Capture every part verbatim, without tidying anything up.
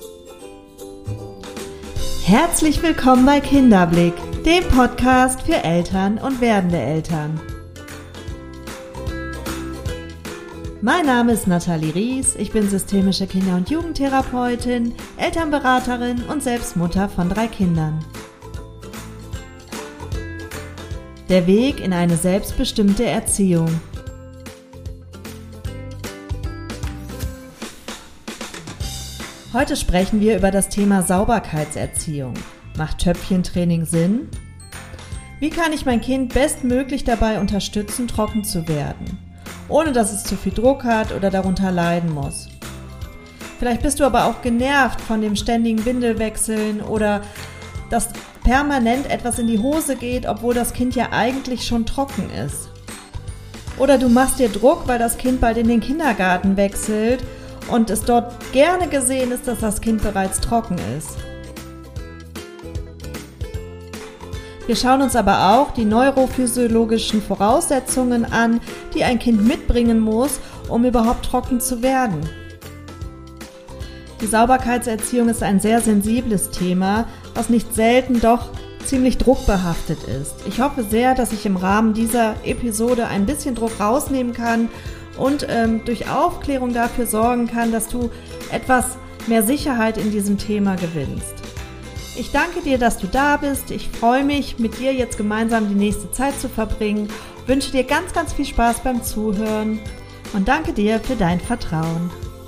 Herzlich willkommen bei Kinderblick, dem Podcast für Eltern und werdende Eltern. Mein Name ist Nathalie Ries, ich bin systemische Kinder- und Jugendtherapeutin, Elternberaterin und selbst Mutter von drei Kindern. Der Weg in eine selbstbestimmte Erziehung. Heute sprechen wir über das Thema Sauberkeitserziehung. Macht Töpfchentraining Sinn? Wie kann ich mein Kind bestmöglich dabei unterstützen, trocken zu werden, ohne dass es zu viel Druck hat oder darunter leiden muss? Vielleicht bist du aber auch genervt von dem ständigen Windelwechseln oder dass permanent etwas in die Hose geht, obwohl das Kind ja eigentlich schon trocken ist. Oder du machst dir Druck, weil das Kind bald in den Kindergarten wechselt und es dort gerne gesehen ist, dass das Kind bereits trocken ist. Wir schauen uns aber auch die neurophysiologischen Voraussetzungen an, die ein Kind mitbringen muss, um überhaupt trocken zu werden. Die Sauberkeitserziehung ist ein sehr sensibles Thema, was nicht selten doch ziemlich druckbehaftet ist. Ich hoffe sehr, dass ich im Rahmen dieser Episode ein bisschen Druck rausnehmen kann und ähm, durch Aufklärung dafür sorgen kann, dass du etwas mehr Sicherheit in diesem Thema gewinnst. Ich danke dir, dass du da bist. Ich freue mich, mit dir jetzt gemeinsam die nächste Zeit zu verbringen. Wünsche dir ganz, ganz viel Spaß beim Zuhören und danke dir für dein Vertrauen.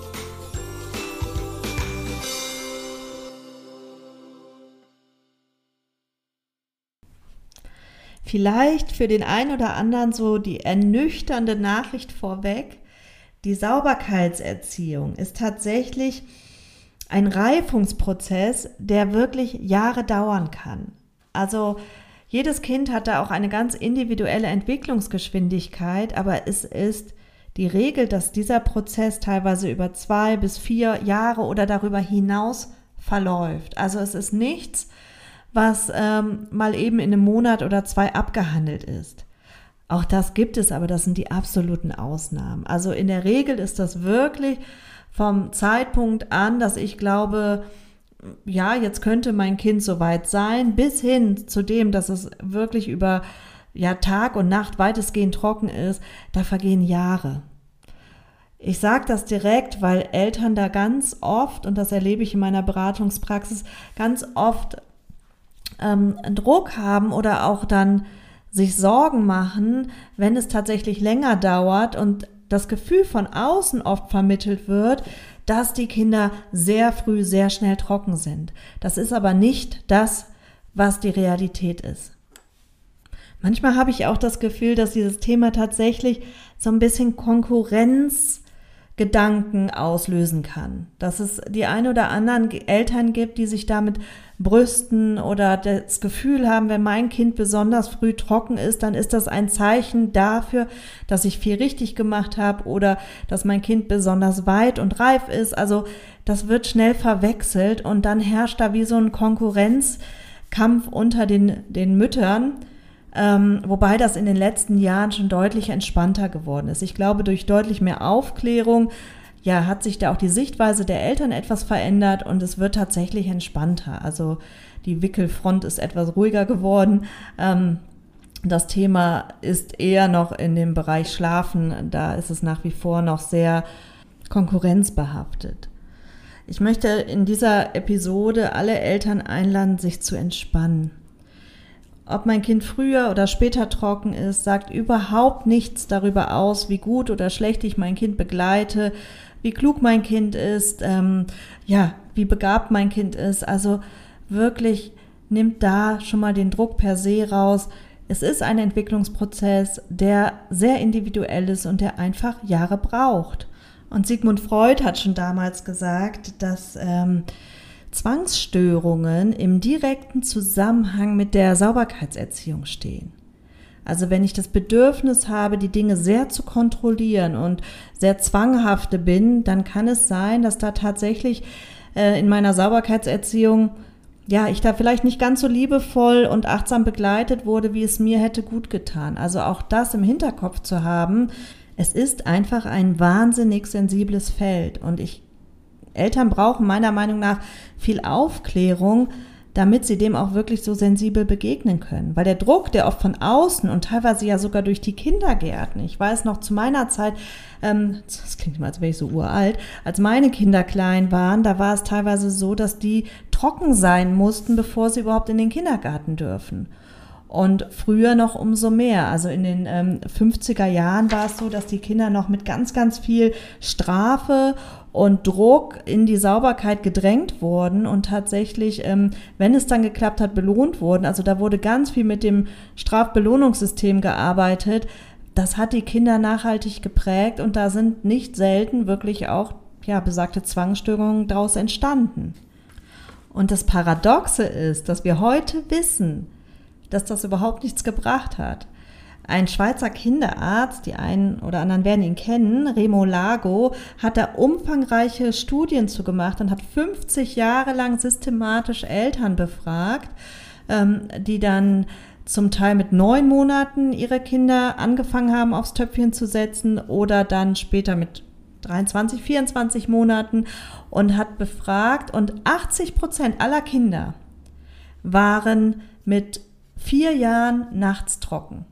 Vielleicht für den einen oder anderen so die ernüchternde Nachricht vorweg. Die Sauberkeitserziehung ist tatsächlich ein Reifungsprozess, der wirklich Jahre dauern kann. Also jedes Kind hat da auch eine ganz individuelle Entwicklungsgeschwindigkeit, aber es ist die Regel, dass dieser Prozess teilweise über zwei bis vier Jahre oder darüber hinaus verläuft. Also es ist nichts, was ähm, mal eben in einem Monat oder zwei abgehandelt ist. Auch das gibt es, aber das sind die absoluten Ausnahmen. Also in der Regel ist das wirklich vom Zeitpunkt an, dass ich glaube, ja, jetzt könnte mein Kind soweit sein, bis hin zu dem, dass es wirklich über ja, Tag und Nacht weitestgehend trocken ist, da vergehen Jahre. Ich sage das direkt, weil Eltern da ganz oft, und das erlebe ich in meiner Beratungspraxis, ganz oft ähm, Druck haben oder auch dann sich Sorgen machen, wenn es tatsächlich länger dauert und das Gefühl von außen oft vermittelt wird, dass die Kinder sehr früh, sehr schnell trocken sind. Das ist aber nicht das, was die Realität ist. Manchmal habe ich auch das Gefühl, dass dieses Thema tatsächlich so ein bisschen Konkurrenzgedanken auslösen kann. Dass es die ein oder anderen Eltern gibt, die sich damit brüsten oder das Gefühl haben, wenn mein Kind besonders früh trocken ist, dann ist das ein Zeichen dafür, dass ich viel richtig gemacht habe oder dass mein Kind besonders weit und reif ist. Also das wird schnell verwechselt und dann herrscht da wie so ein Konkurrenzkampf unter den, den Müttern, ähm, wobei das in den letzten Jahren schon deutlich entspannter geworden ist. Ich glaube, durch deutlich mehr Aufklärung ja, hat sich da auch die Sichtweise der Eltern etwas verändert und es wird tatsächlich entspannter. Also die Wickelfront ist etwas ruhiger geworden. Ähm, das Thema ist eher noch in dem Bereich Schlafen. Da ist es nach wie vor noch sehr konkurrenzbehaftet. Ich möchte in dieser Episode alle Eltern einladen, sich zu entspannen. Ob mein Kind früher oder später trocken ist, sagt überhaupt nichts darüber aus, wie gut oder schlecht ich mein Kind begleite, wie klug mein Kind ist, ähm, ja, wie begabt mein Kind ist. Also wirklich nimmt da schon mal den Druck per se raus. Es ist ein Entwicklungsprozess, der sehr individuell ist und der einfach Jahre braucht. Und Sigmund Freud hat schon damals gesagt, dass ähm, Zwangsstörungen im direkten Zusammenhang mit der Sauberkeitserziehung stehen. Also wenn ich das Bedürfnis habe, die Dinge sehr zu kontrollieren und sehr zwanghafte bin, dann kann es sein, dass da tatsächlich äh, in meiner Sauberkeitserziehung, ja, ich da vielleicht nicht ganz so liebevoll und achtsam begleitet wurde, wie es mir hätte gut getan. Also auch das im Hinterkopf zu haben, es ist einfach ein wahnsinnig sensibles Feld und ich Eltern brauchen meiner Meinung nach viel Aufklärung, damit sie dem auch wirklich so sensibel begegnen können. Weil der Druck, der oft von außen und teilweise ja sogar durch die Kindergärten, ich weiß noch zu meiner Zeit, ähm, das klingt immer, als wäre ich so uralt, als meine Kinder klein waren, da war es teilweise so, dass die trocken sein mussten, bevor sie überhaupt in den Kindergarten dürfen. Und früher noch umso mehr. Also in den ähm, fünfziger Jahren war es so, dass die Kinder noch mit ganz, ganz viel Strafe und Druck in die Sauberkeit gedrängt wurden und tatsächlich, ähm, wenn es dann geklappt hat, belohnt wurden. Also da wurde ganz viel mit dem Strafbelohnungssystem gearbeitet. Das hat die Kinder nachhaltig geprägt und da sind nicht selten wirklich auch ja, besagte Zwangsstörungen daraus entstanden. Und das Paradoxe ist, dass wir heute wissen, dass das überhaupt nichts gebracht hat. Ein Schweizer Kinderarzt, die einen oder anderen werden ihn kennen, Remo Lago, hat da umfangreiche Studien zu gemacht und hat fünfzig Jahre lang systematisch Eltern befragt, die dann zum Teil mit neun Monaten ihre Kinder angefangen haben, aufs Töpfchen zu setzen oder dann später mit dreiundzwanzig, vierundzwanzig Monaten und hat befragt und achtzig Prozent aller Kinder waren mit vier Jahren nachts trocken.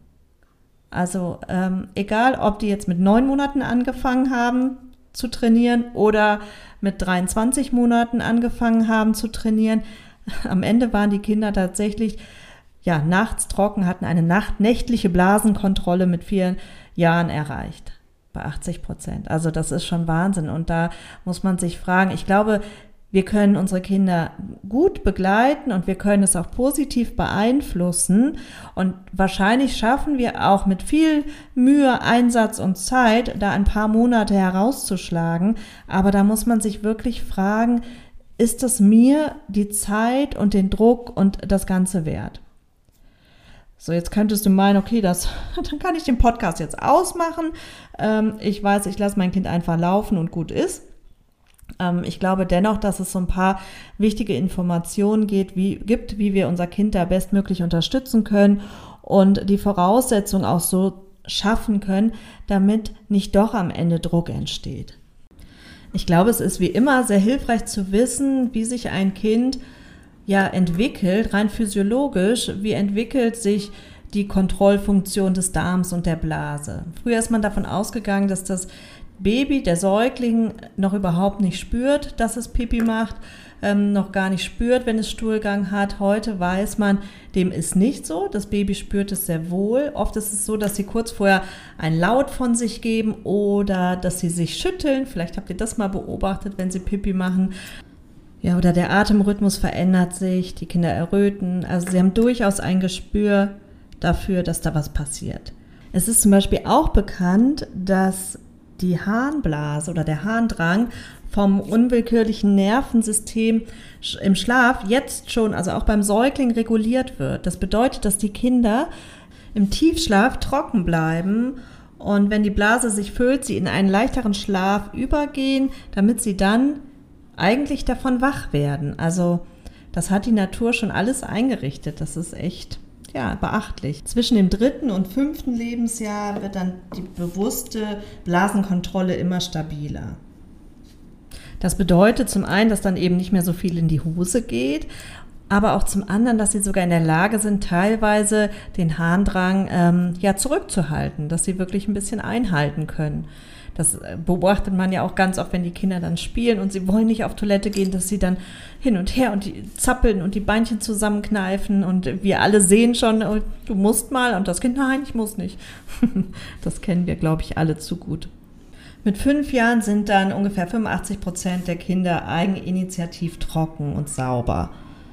Also ähm, egal, ob die jetzt mit neun Monaten angefangen haben zu trainieren oder mit dreiundzwanzig Monaten angefangen haben zu trainieren, am Ende waren die Kinder tatsächlich ja, nachts trocken, hatten eine Nacht, nächtliche Blasenkontrolle mit vier Jahren erreicht, bei achtzig Prozent. Also das ist schon Wahnsinn und da muss man sich fragen, ich glaube, wir können unsere Kinder gut begleiten und wir können es auch positiv beeinflussen und wahrscheinlich schaffen wir auch mit viel Mühe, Einsatz und Zeit, da ein paar Monate herauszuschlagen, aber da muss man sich wirklich fragen, ist es mir die Zeit und den Druck und das Ganze wert? So, jetzt könntest du meinen, okay, das, dann kann ich den Podcast jetzt ausmachen. Ähm, ich weiß, ich lasse mein Kind einfach laufen und gut ist. Ähm, ich glaube dennoch, dass es so ein paar wichtige Informationen geht, wie, gibt, wie wir unser Kind da bestmöglich unterstützen können und die Voraussetzungen auch so schaffen können, damit nicht doch am Ende Druck entsteht. Ich glaube, es ist wie immer sehr hilfreich zu wissen, wie sich ein Kind ja entwickelt, rein physiologisch, wie entwickelt sich die Kontrollfunktion des Darms und der Blase. Früher ist man davon ausgegangen, dass das Baby, der Säugling, noch überhaupt nicht spürt, dass es Pipi macht, ähm, noch gar nicht spürt, wenn es Stuhlgang hat. Heute weiß man, dem ist nicht so. Das Baby spürt es sehr wohl. Oft ist es so, dass sie kurz vorher einen Laut von sich geben oder dass sie sich schütteln. Vielleicht habt ihr das mal beobachtet, wenn sie Pipi machen. Ja, oder der Atemrhythmus verändert sich, die Kinder erröten. Also sie haben durchaus ein Gespür dafür, dass da was passiert. Es ist zum Beispiel auch bekannt, dass die Harnblase oder der Harndrang vom unwillkürlichen Nervensystem im Schlaf jetzt schon, also auch beim Säugling, reguliert wird. Das bedeutet, dass die Kinder im Tiefschlaf trocken bleiben und wenn die Blase sich füllt, sie in einen leichteren Schlaf übergehen, damit sie dann eigentlich davon wach werden. Also das hat die Natur schon alles eingerichtet. Das ist echt ja, beachtlich. Zwischen dem dritten und fünften Lebensjahr wird dann die bewusste Blasenkontrolle immer stabiler. Das bedeutet zum einen, dass dann eben nicht mehr so viel in die Hose geht, aber auch zum anderen, dass sie sogar in der Lage sind, teilweise den Harndrang ähm, ja, zurückzuhalten, dass sie wirklich ein bisschen einhalten können. Das beobachtet man ja auch ganz oft, wenn die Kinder dann spielen und sie wollen nicht auf Toilette gehen, dass sie dann hin und her und die zappeln und die Beinchen zusammenkneifen und wir alle sehen schon, oh, du musst mal und das Kind, nein, ich muss nicht. Das kennen wir, glaube ich, alle zu gut. Mit fünf Jahren sind dann ungefähr fünfundachtzig Prozent der Kinder eigeninitiativ trocken und sauber.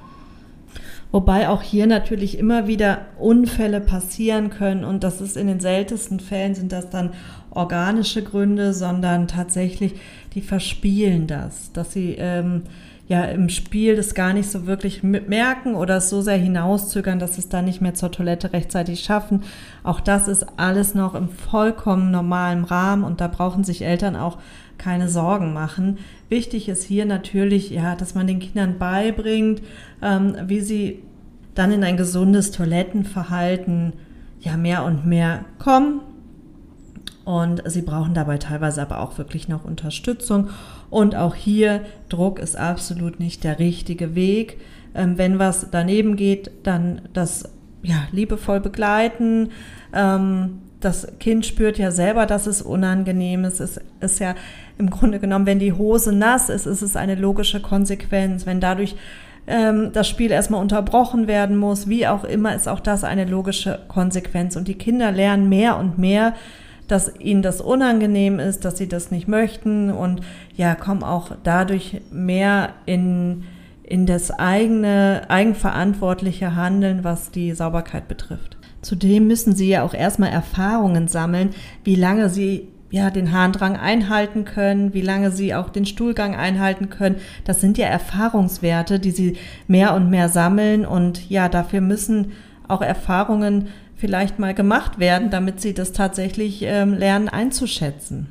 Wobei auch hier natürlich immer wieder Unfälle passieren können und das ist in den seltensten Fällen sind das dann organische Gründe, sondern tatsächlich, die verspielen das, dass sie ähm, ja im Spiel das gar nicht so wirklich merken oder es so sehr hinauszögern, dass sie es dann nicht mehr zur Toilette rechtzeitig schaffen. Auch das ist alles noch im vollkommen normalen Rahmen und da brauchen sich Eltern auch keine Sorgen machen. Wichtig ist hier natürlich, ja, dass man den Kindern beibringt, ähm, wie sie dann in ein gesundes Toilettenverhalten ja mehr und mehr kommen Und sie brauchen dabei teilweise aber auch wirklich noch Unterstützung. Und auch hier, Druck ist absolut nicht der richtige Weg. Ähm, wenn was daneben geht, dann das ja, liebevoll begleiten. Ähm, das Kind spürt ja selber, dass es unangenehm ist. Es ist ja im Grunde genommen, wenn die Hose nass ist, ist es eine logische Konsequenz. Wenn dadurch ähm, das Spiel erstmal unterbrochen werden muss, wie auch immer, ist auch das eine logische Konsequenz. Und die Kinder lernen mehr und mehr, dass ihnen das unangenehm ist, dass sie das nicht möchten und ja, kommen auch dadurch mehr in, in das eigene, eigenverantwortliche Handeln, was die Sauberkeit betrifft. Zudem müssen sie ja auch erstmal Erfahrungen sammeln, wie lange sie ja den Harndrang einhalten können, wie lange sie auch den Stuhlgang einhalten können. Das sind ja Erfahrungswerte, die sie mehr und mehr sammeln und ja, dafür müssen auch Erfahrungen vielleicht mal gemacht werden, damit sie das tatsächlich ähm, lernen einzuschätzen.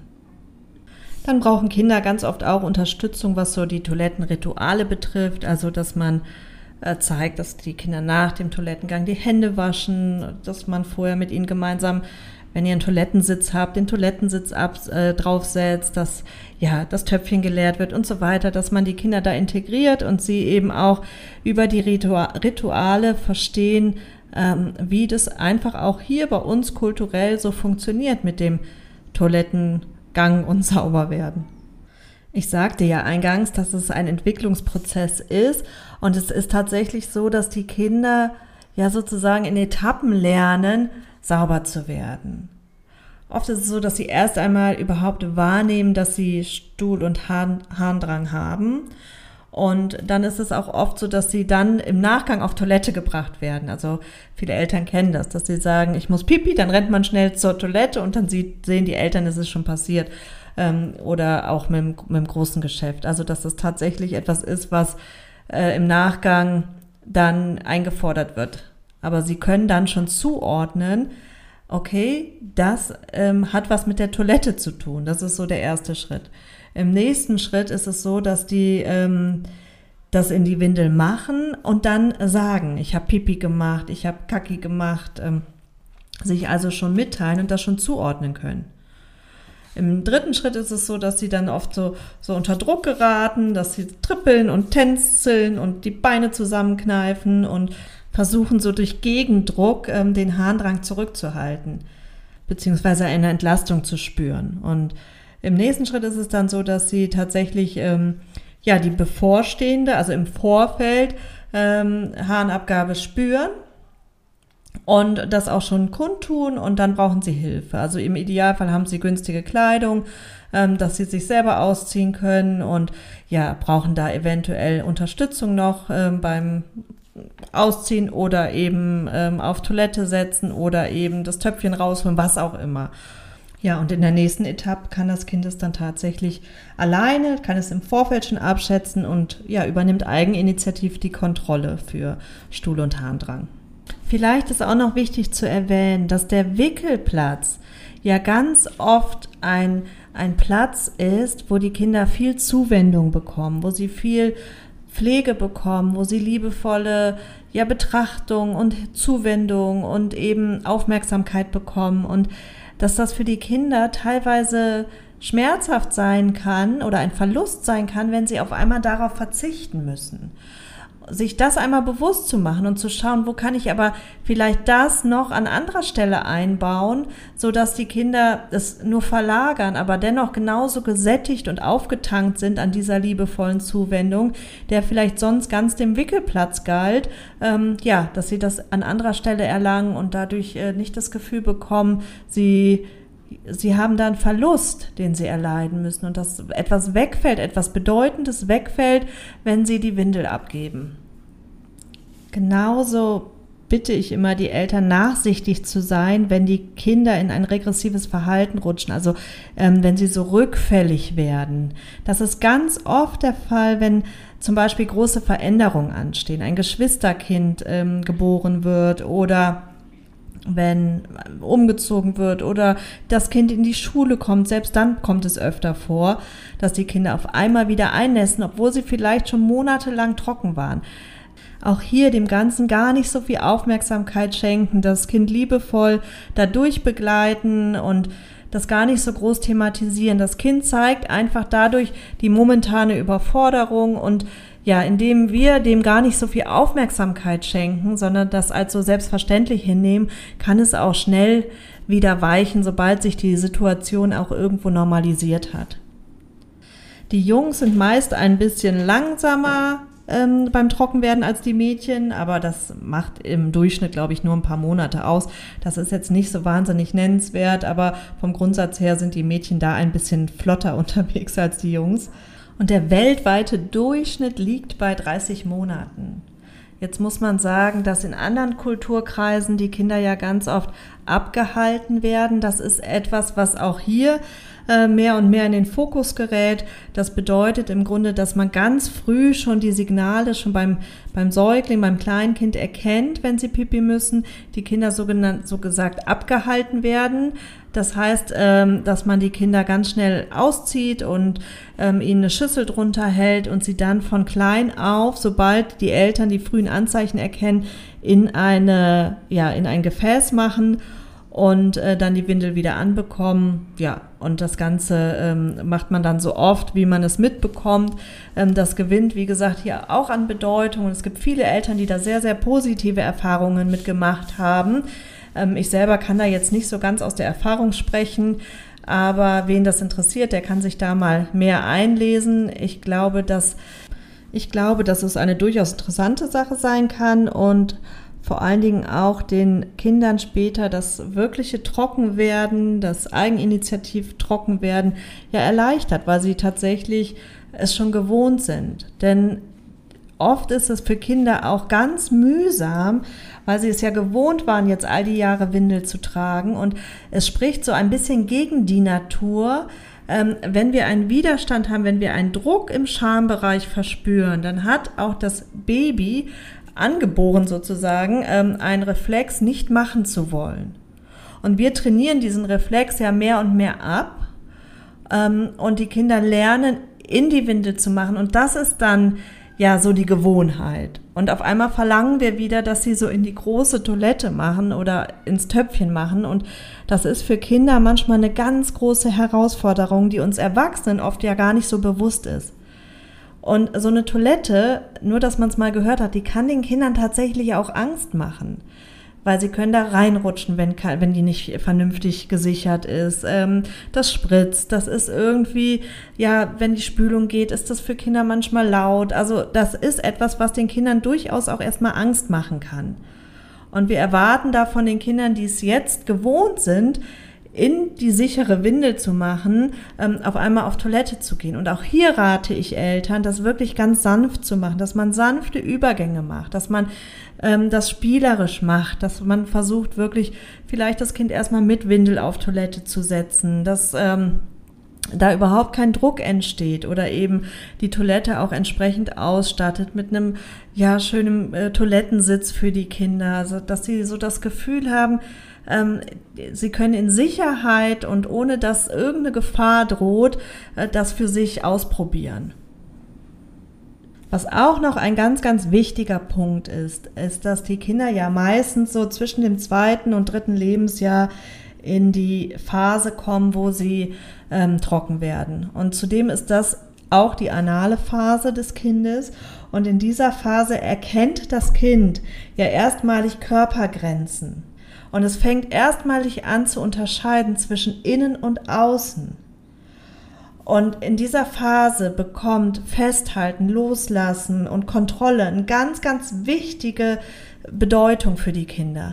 Dann brauchen Kinder ganz oft auch Unterstützung, was so die Toilettenrituale betrifft, also dass man äh, zeigt, dass die Kinder nach dem Toilettengang die Hände waschen, dass man vorher mit ihnen gemeinsam, wenn ihr einen Toilettensitz habt, den Toilettensitz ab, äh, draufsetzt, dass ja das Töpfchen geleert wird und so weiter, dass man die Kinder da integriert und sie eben auch über die Ritua- Rituale verstehen, ähm, wie das einfach auch hier bei uns kulturell so funktioniert mit dem Toilettengang und Sauberwerden. Ich sagte ja eingangs, dass es ein Entwicklungsprozess ist und es ist tatsächlich so, dass die Kinder ja sozusagen in Etappen lernen, sauber zu werden. Oft ist es so, dass sie erst einmal überhaupt wahrnehmen, dass sie Stuhl- und Harn- Harndrang haben. Und dann ist es auch oft so, dass sie dann im Nachgang auf Toilette gebracht werden. Also viele Eltern kennen das, dass sie sagen, ich muss Pipi, dann rennt man schnell zur Toilette und dann sieht, sehen die Eltern, es ist schon passiert. Ähm, oder auch mit dem, mit dem großen Geschäft. Also dass das tatsächlich etwas ist, was äh, im Nachgang dann eingefordert wird. Aber sie können dann schon zuordnen, okay, das ähm, hat was mit der Toilette zu tun. Das ist so der erste Schritt. Im nächsten Schritt ist es so, dass die ähm, das in die Windel machen und dann sagen, ich habe Pipi gemacht, ich habe Kacki gemacht, ähm, sich also schon mitteilen und das schon zuordnen können. Im dritten Schritt ist es so, dass sie dann oft so, so unter Druck geraten, dass sie trippeln und tänzeln und die Beine zusammenkneifen und versuchen so durch Gegendruck ähm, den Harndrang zurückzuhalten, beziehungsweise eine Entlastung zu spüren. Und im nächsten Schritt ist es dann so, dass sie tatsächlich ähm, ja die bevorstehende, also im Vorfeld ähm, Harnabgabe spüren und das auch schon kundtun und dann brauchen sie Hilfe. Also im Idealfall haben sie günstige Kleidung, ähm, dass sie sich selber ausziehen können und ja brauchen da eventuell Unterstützung noch ähm, beim Ausziehen oder eben ähm, auf Toilette setzen oder eben das Töpfchen rausholen, was auch immer. Ja, und in der nächsten Etappe kann das Kind es dann tatsächlich alleine, kann es im Vorfeld schon abschätzen und ja, übernimmt eigeninitiativ die Kontrolle für Stuhl- und Harndrang. Vielleicht ist auch noch wichtig zu erwähnen, dass der Wickelplatz ja ganz oft ein, ein Platz ist, wo die Kinder viel Zuwendung bekommen, wo sie viel Pflege bekommen, wo sie liebevolle ja, Betrachtung und Zuwendung und eben Aufmerksamkeit bekommen und dass das für die Kinder teilweise schmerzhaft sein kann oder ein Verlust sein kann, wenn sie auf einmal darauf verzichten müssen. Sich das einmal bewusst zu machen und zu schauen, wo kann ich aber vielleicht das noch an anderer Stelle einbauen, sodass die Kinder es nur verlagern, aber dennoch genauso gesättigt und aufgetankt sind an dieser liebevollen Zuwendung, der vielleicht sonst ganz dem Wickelplatz galt, ähm, ja, dass sie das an anderer Stelle erlangen und dadurch äh, nicht das Gefühl bekommen, sie Sie haben da einen Verlust, den sie erleiden müssen und dass etwas wegfällt, etwas Bedeutendes wegfällt, wenn sie die Windel abgeben. Genauso bitte ich immer die Eltern, nachsichtig zu sein, wenn die Kinder in ein regressives Verhalten rutschen, also ähm, wenn sie so rückfällig werden. Das ist ganz oft der Fall, wenn zum Beispiel große Veränderungen anstehen, ein Geschwisterkind ähm, geboren wird oder wenn umgezogen wird oder das Kind in die Schule kommt, selbst dann kommt es öfter vor, dass die Kinder auf einmal wieder einnässen, obwohl sie vielleicht schon monatelang trocken waren. Auch hier dem Ganzen gar nicht so viel Aufmerksamkeit schenken, das Kind liebevoll dadurch begleiten und das gar nicht so groß thematisieren. Das Kind zeigt einfach dadurch die momentane Überforderung und ja, indem wir dem gar nicht so viel Aufmerksamkeit schenken, sondern das als so selbstverständlich hinnehmen, kann es auch schnell wieder weichen, sobald sich die Situation auch irgendwo normalisiert hat. Die Jungs sind meist ein bisschen langsamer ähm, beim Trockenwerden als die Mädchen, aber das macht im Durchschnitt, glaube ich, nur ein paar Monate aus. Das ist jetzt nicht so wahnsinnig nennenswert, aber vom Grundsatz her sind die Mädchen da ein bisschen flotter unterwegs als die Jungs. Und der weltweite Durchschnitt liegt bei dreißig Monaten. Jetzt muss man sagen, dass in anderen Kulturkreisen die Kinder ja ganz oft abgehalten werden. Das ist etwas, was auch hier äh, mehr und mehr in den Fokus gerät. Das bedeutet im Grunde, dass man ganz früh schon die Signale schon beim, beim Säugling, beim Kleinkind erkennt, wenn sie Pipi müssen, die Kinder so, genannt, so gesagt abgehalten werden. Das heißt, ähm, dass man die Kinder ganz schnell auszieht und ähm, ihnen eine Schüssel drunter hält und sie dann von klein auf, sobald die Eltern die frühen Anzeichen erkennen, in eine, ja, in ein Gefäß machen und äh, dann die Windel wieder anbekommen. Ja, und das Ganze ähm, macht man dann so oft, wie man es mitbekommt. Ähm, das gewinnt, wie gesagt, hier auch an Bedeutung. Und es gibt viele Eltern, die da sehr, sehr positive Erfahrungen mitgemacht haben. Ähm, ich selber kann da jetzt nicht so ganz aus der Erfahrung sprechen, aber wen das interessiert, der kann sich da mal mehr einlesen. Ich glaube, dass, ich glaube, dass es eine durchaus interessante Sache sein kann und vor allen Dingen auch den Kindern später das wirkliche Trockenwerden, das Eigeninitiativ Trockenwerden ja erleichtert, weil sie tatsächlich es schon gewohnt sind. Denn oft ist es für Kinder auch ganz mühsam, weil sie es ja gewohnt waren, jetzt all die Jahre Windel zu tragen. Und es spricht so ein bisschen gegen die Natur. Ähm, wenn wir einen Widerstand haben, wenn wir einen Druck im Schambereich verspüren, dann hat auch das Baby angeboren sozusagen, ähm, einen Reflex nicht machen zu wollen. Und wir trainieren diesen Reflex ja mehr und mehr ab. Ähm, und die Kinder lernen, in die Windel zu machen. Und das ist dann ja so die Gewohnheit. Und auf einmal verlangen wir wieder, dass sie so in die große Toilette machen oder ins Töpfchen machen. Und das ist für Kinder manchmal eine ganz große Herausforderung, die uns Erwachsenen oft ja gar nicht so bewusst ist. Und so eine Toilette, nur dass man es mal gehört hat, die kann den Kindern tatsächlich auch Angst machen. Weil sie können da reinrutschen, wenn, wenn die nicht vernünftig gesichert ist. Ähm, das spritzt, das ist irgendwie, ja, wenn die Spülung geht, ist das für Kinder manchmal laut. Also das ist etwas, was den Kindern durchaus auch erstmal Angst machen kann. Und wir erwarten da von den Kindern, die es jetzt gewohnt sind, in die sichere Windel zu machen, ähm, auf einmal auf Toilette zu gehen. Und auch hier rate ich Eltern, das wirklich ganz sanft zu machen, dass man sanfte Übergänge macht, dass man ähm, das spielerisch macht, dass man versucht wirklich vielleicht das Kind erstmal mit Windel auf Toilette zu setzen, dass ähm, da überhaupt kein Druck entsteht oder eben die Toilette auch entsprechend ausstattet mit einem ja schönen äh, Toilettensitz für die Kinder, also dass sie so das Gefühl haben, ähm, sie können in Sicherheit und ohne dass irgendeine Gefahr droht, äh, das für sich ausprobieren. Was auch noch ein ganz, ganz wichtiger Punkt ist, ist, dass die Kinder ja meistens so zwischen dem zweiten und dritten Lebensjahr in die Phase kommen, wo sie ähm, trocken werden. Und zudem ist das auch die anale Phase des Kindes. Und in dieser Phase erkennt das Kind ja erstmalig Körpergrenzen. Und es fängt erstmalig an zu unterscheiden zwischen innen und außen. Und in dieser Phase bekommt Festhalten, Loslassen und Kontrolle eine ganz, ganz wichtige Bedeutung für die Kinder.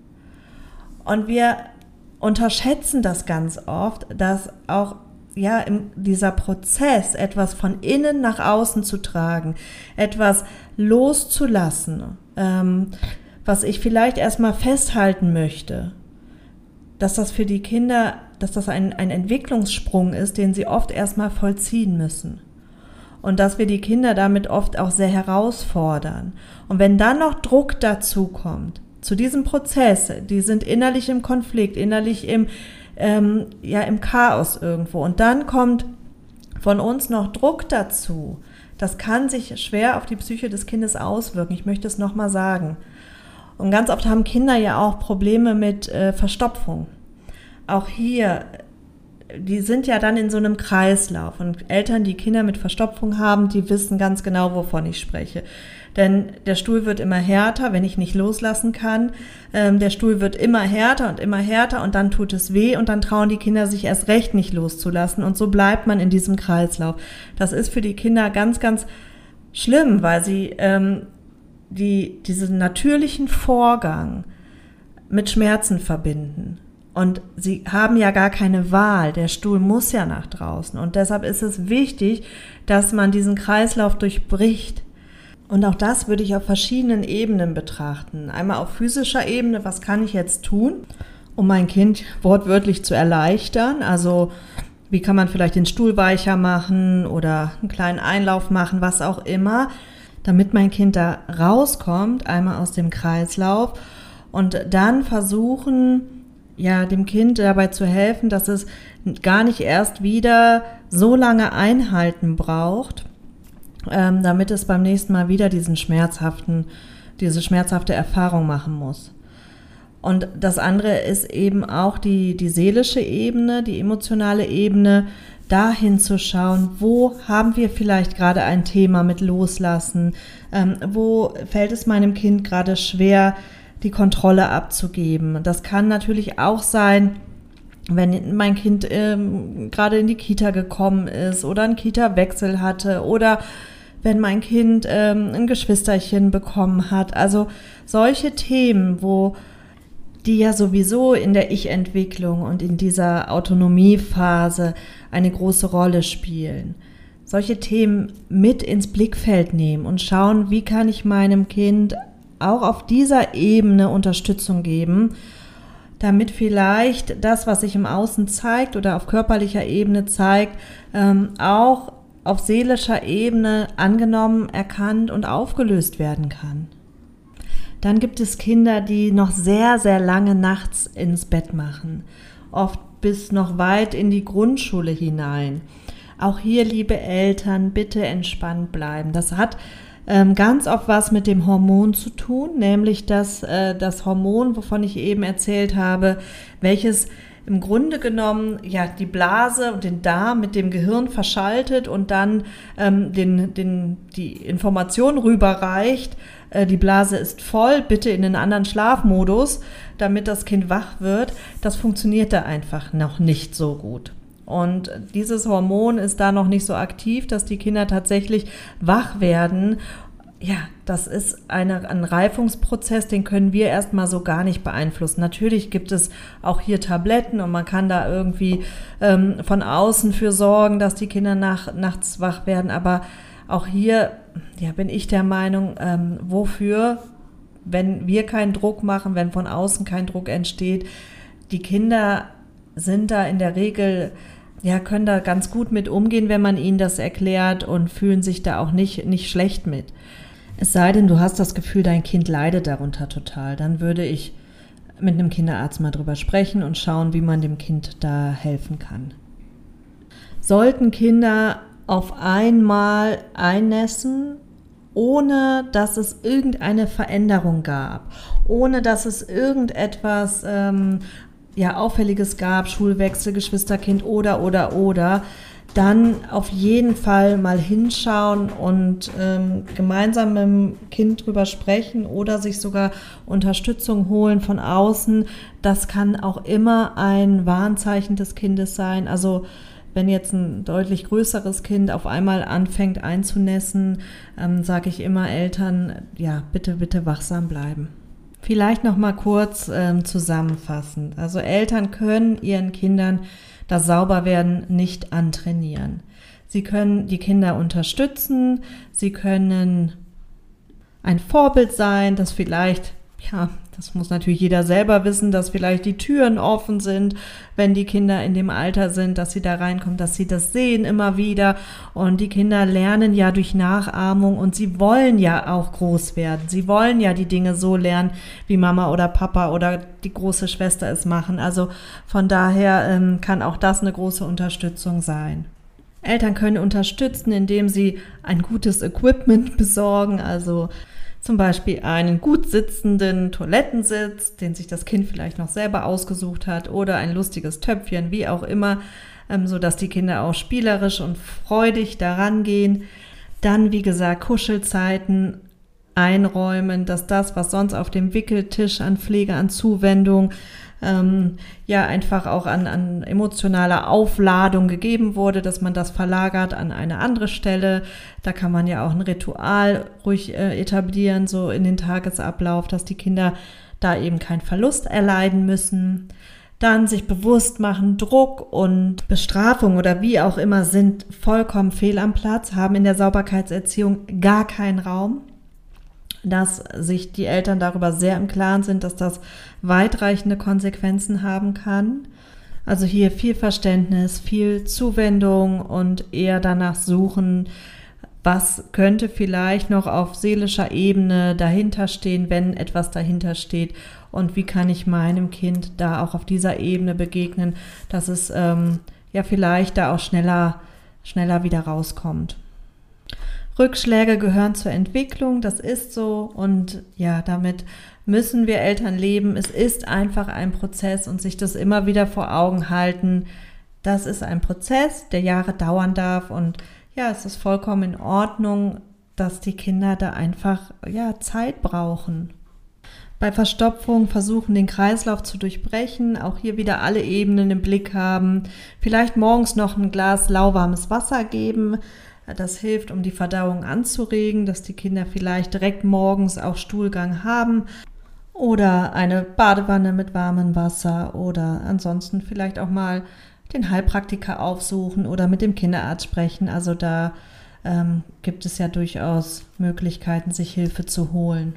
Und wir unterschätzen das ganz oft, dass auch ja in dieser Prozess etwas von innen nach außen zu tragen, etwas loszulassen, ähm, was ich vielleicht erstmal festhalten möchte, dass das für die Kinder, dass das ein, ein Entwicklungssprung ist, den sie oft erstmal vollziehen müssen. Und dass wir die Kinder damit oft auch sehr herausfordern. Und wenn dann noch Druck dazu kommt, zu diesem Prozess, die sind innerlich im Konflikt, innerlich im, ähm, ja, im Chaos irgendwo. Und dann kommt von uns noch Druck dazu. Das kann sich schwer auf die Psyche des Kindes auswirken. Ich möchte es nochmal sagen. Und ganz oft haben Kinder ja auch Probleme mit äh, Verstopfung. Auch hier die sind ja dann in so einem Kreislauf. Und Eltern, die Kinder mit Verstopfung haben, die wissen ganz genau, wovon ich spreche. Denn der Stuhl wird immer härter, wenn ich nicht loslassen kann. Ähm, der Stuhl wird immer härter und immer härter und dann tut es weh und dann trauen die Kinder sich erst recht nicht loszulassen. Und so bleibt man in diesem Kreislauf. Das ist für die Kinder ganz, ganz schlimm, weil sie ähm, die, diesen natürlichen Vorgang mit Schmerzen verbinden. Und sie haben ja gar keine Wahl. Der Stuhl muss ja nach draußen. Und deshalb ist es wichtig, dass man diesen Kreislauf durchbricht. Und auch das würde ich auf verschiedenen Ebenen betrachten. Einmal auf physischer Ebene, was kann ich jetzt tun, um mein Kind wortwörtlich zu erleichtern? Also wie kann man vielleicht den Stuhl weicher machen oder einen kleinen Einlauf machen, was auch immer, damit mein Kind da rauskommt, einmal aus dem Kreislauf und dann versuchen, ja, dem Kind dabei zu helfen, dass es gar nicht erst wieder so lange einhalten braucht, ähm, damit es beim nächsten Mal wieder diesen schmerzhaften, diese schmerzhafte Erfahrung machen muss. Und das andere ist eben auch die, die seelische Ebene, die emotionale Ebene, dahin zu schauen, wo haben wir vielleicht gerade ein Thema mit Loslassen, ähm, wo fällt es meinem Kind gerade schwer, die Kontrolle abzugeben. Das kann natürlich auch sein, wenn mein Kind ähm, gerade in die Kita gekommen ist oder einen Kita-Wechsel hatte oder wenn mein Kind ähm, ein Geschwisterchen bekommen hat. Also solche Themen, wo die ja sowieso in der Ich-Entwicklung und in dieser Autonomiephase eine große Rolle spielen. Solche Themen mit ins Blickfeld nehmen und schauen, wie kann ich meinem Kind auch auf dieser Ebene Unterstützung geben, damit vielleicht das, was sich im Außen zeigt oder auf körperlicher Ebene zeigt, ähm, auch auf seelischer Ebene angenommen, erkannt und aufgelöst werden kann. Dann gibt es Kinder, die noch sehr, sehr lange nachts ins Bett machen, oft bis noch weit in die Grundschule hinein. Auch hier, liebe Eltern, bitte entspannt bleiben. Das hat ähm, ganz oft was mit dem Hormon zu tun, nämlich dass äh, das Hormon, wovon ich eben erzählt habe, welches im Grunde genommen ja die Blase und den Darm mit dem Gehirn verschaltet und dann ähm, den, den, die Information rüberreicht, äh, die Blase ist voll, bitte in einen anderen Schlafmodus, damit das Kind wach wird. Das funktioniert da einfach noch nicht so gut. Und dieses Hormon ist da noch nicht so aktiv, dass die Kinder tatsächlich wach werden. Ja, das ist eine, ein Reifungsprozess, den können wir erstmal so gar nicht beeinflussen. Natürlich gibt es auch hier Tabletten und man kann da irgendwie ähm, von außen für sorgen, dass die Kinder nach, nachts wach werden. Aber auch hier ja, bin ich der Meinung, ähm, wofür, wenn wir keinen Druck machen, wenn von außen kein Druck entsteht, die Kinder sind da in der Regel, ja, können da ganz gut mit umgehen, wenn man ihnen das erklärt und fühlen sich da auch nicht, nicht schlecht mit. Es sei denn, du hast das Gefühl, dein Kind leidet darunter total. Dann würde ich mit einem Kinderarzt mal drüber sprechen und schauen, wie man dem Kind da helfen kann. Sollten Kinder auf einmal einnässen, ohne dass es irgendeine Veränderung gab, ohne dass es irgendetwas ähm, ja, Auffälliges gab, Schulwechsel, Geschwisterkind oder, oder, oder, dann auf jeden Fall mal hinschauen und ähm, gemeinsam mit dem Kind drüber sprechen oder sich sogar Unterstützung holen von außen. Das kann auch immer ein Warnzeichen des Kindes sein. Also wenn jetzt ein deutlich größeres Kind auf einmal anfängt einzunässen, ähm, sage ich immer Eltern, ja, bitte, bitte wachsam bleiben. Vielleicht noch mal kurz ähm, zusammenfassend. Also Eltern können ihren Kindern das Sauberwerden nicht antrainieren. Sie können die Kinder unterstützen, sie können ein Vorbild sein, dass vielleicht, ja, das muss natürlich jeder selber wissen, dass vielleicht die Türen offen sind, wenn die Kinder in dem Alter sind, dass sie da reinkommen, dass sie das sehen immer wieder. Und die Kinder lernen ja durch Nachahmung und sie wollen ja auch groß werden. Sie wollen ja die Dinge so lernen, wie Mama oder Papa oder die große Schwester es machen. Also von daher ähm, kann auch das eine große Unterstützung sein. Eltern können unterstützen, indem sie ein gutes Equipment besorgen, also zum Beispiel einen gut sitzenden Toilettensitz, den sich das Kind vielleicht noch selber ausgesucht hat, oder ein lustiges Töpfchen, wie auch immer. ähm, sodass die Kinder auch spielerisch und freudig daran gehen. Dann, wie gesagt, Kuschelzeiten einräumen, dass das, was sonst auf dem Wickeltisch an Pflege, an Zuwendung, ähm, ja einfach auch an, an emotionaler Aufladung gegeben wurde, dass man das verlagert an eine andere Stelle. Da kann man ja auch ein Ritual ruhig äh, etablieren, so in den Tagesablauf, dass die Kinder da eben keinen Verlust erleiden müssen. Dann sich bewusst machen, Druck und Bestrafung oder wie auch immer sind vollkommen fehl am Platz, haben in der Sauberkeitserziehung gar keinen Raum. Dass sich die Eltern darüber sehr im Klaren sind, dass das weitreichende Konsequenzen haben kann. Also hier viel Verständnis, viel Zuwendung und eher danach suchen, was könnte vielleicht noch auf seelischer Ebene dahinter stehen, wenn etwas dahinter steht, und wie kann ich meinem Kind da auch auf dieser Ebene begegnen, dass es ähm, ja vielleicht da auch schneller, schneller wieder rauskommt. Rückschläge gehören zur Entwicklung, das ist so, und ja, damit müssen wir Eltern leben. Es ist einfach ein Prozess und sich das immer wieder vor Augen halten. Das ist ein Prozess, der Jahre dauern darf, und ja, es ist vollkommen in Ordnung, dass die Kinder da einfach ja Zeit brauchen. Bei Verstopfung versuchen, den Kreislauf zu durchbrechen, auch hier wieder alle Ebenen im Blick haben, vielleicht morgens noch ein Glas lauwarmes Wasser geben. Das hilft, um die Verdauung anzuregen, dass die Kinder vielleicht direkt morgens auch Stuhlgang haben, oder eine Badewanne mit warmem Wasser, oder ansonsten vielleicht auch mal den Heilpraktiker aufsuchen oder mit dem Kinderarzt sprechen. Also da ähm, gibt es ja durchaus Möglichkeiten, sich Hilfe zu holen.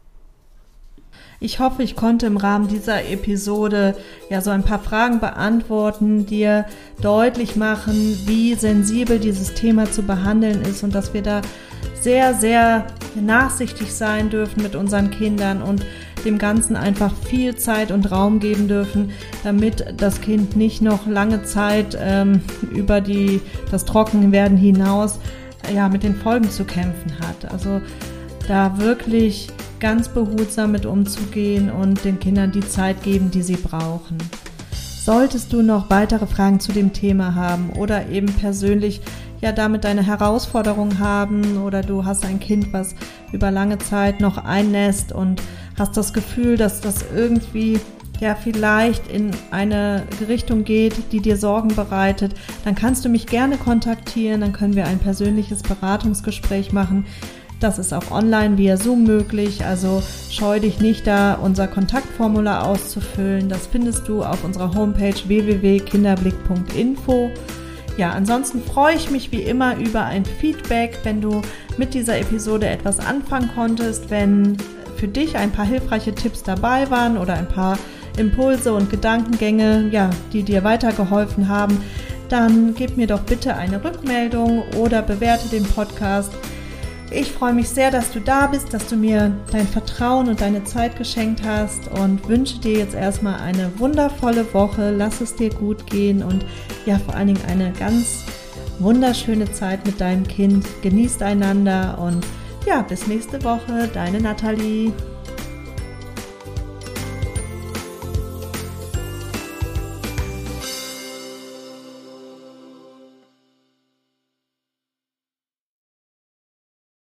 Ich hoffe, ich konnte im Rahmen dieser Episode ja so ein paar Fragen beantworten, dir deutlich machen, wie sensibel dieses Thema zu behandeln ist und dass wir da sehr, sehr nachsichtig sein dürfen mit unseren Kindern und dem Ganzen einfach viel Zeit und Raum geben dürfen, damit das Kind nicht noch lange Zeit ähm, über die, das Trockenwerden hinaus ja, mit den Folgen zu kämpfen hat. Also da wirklich ganz behutsam mit umzugehen und den Kindern die Zeit geben, die sie brauchen. Solltest du noch weitere Fragen zu dem Thema haben oder eben persönlich ja damit deine Herausforderung haben, oder du hast ein Kind, was über lange Zeit noch einnässt und hast das Gefühl, dass das irgendwie ja vielleicht in eine Richtung geht, die dir Sorgen bereitet, dann kannst du mich gerne kontaktieren, dann können wir ein persönliches Beratungsgespräch machen. Das ist auch online via Zoom möglich, also scheu dich nicht, da unser Kontaktformular auszufüllen. Das findest du auf unserer Homepage w w w punkt kinderblick punkt info. Ja, ansonsten freue ich mich wie immer über ein Feedback, wenn du mit dieser Episode etwas anfangen konntest, wenn für dich ein paar hilfreiche Tipps dabei waren oder ein paar Impulse und Gedankengänge, ja, die dir weitergeholfen haben, dann gib mir doch bitte eine Rückmeldung oder bewerte den Podcast. Ich freue mich sehr, dass du da bist, dass du mir dein Vertrauen und deine Zeit geschenkt hast, und wünsche dir jetzt erstmal eine wundervolle Woche. Lass es dir gut gehen und ja, vor allen Dingen eine ganz wunderschöne Zeit mit deinem Kind. Genießt einander und ja, bis nächste Woche, deine Nathalie.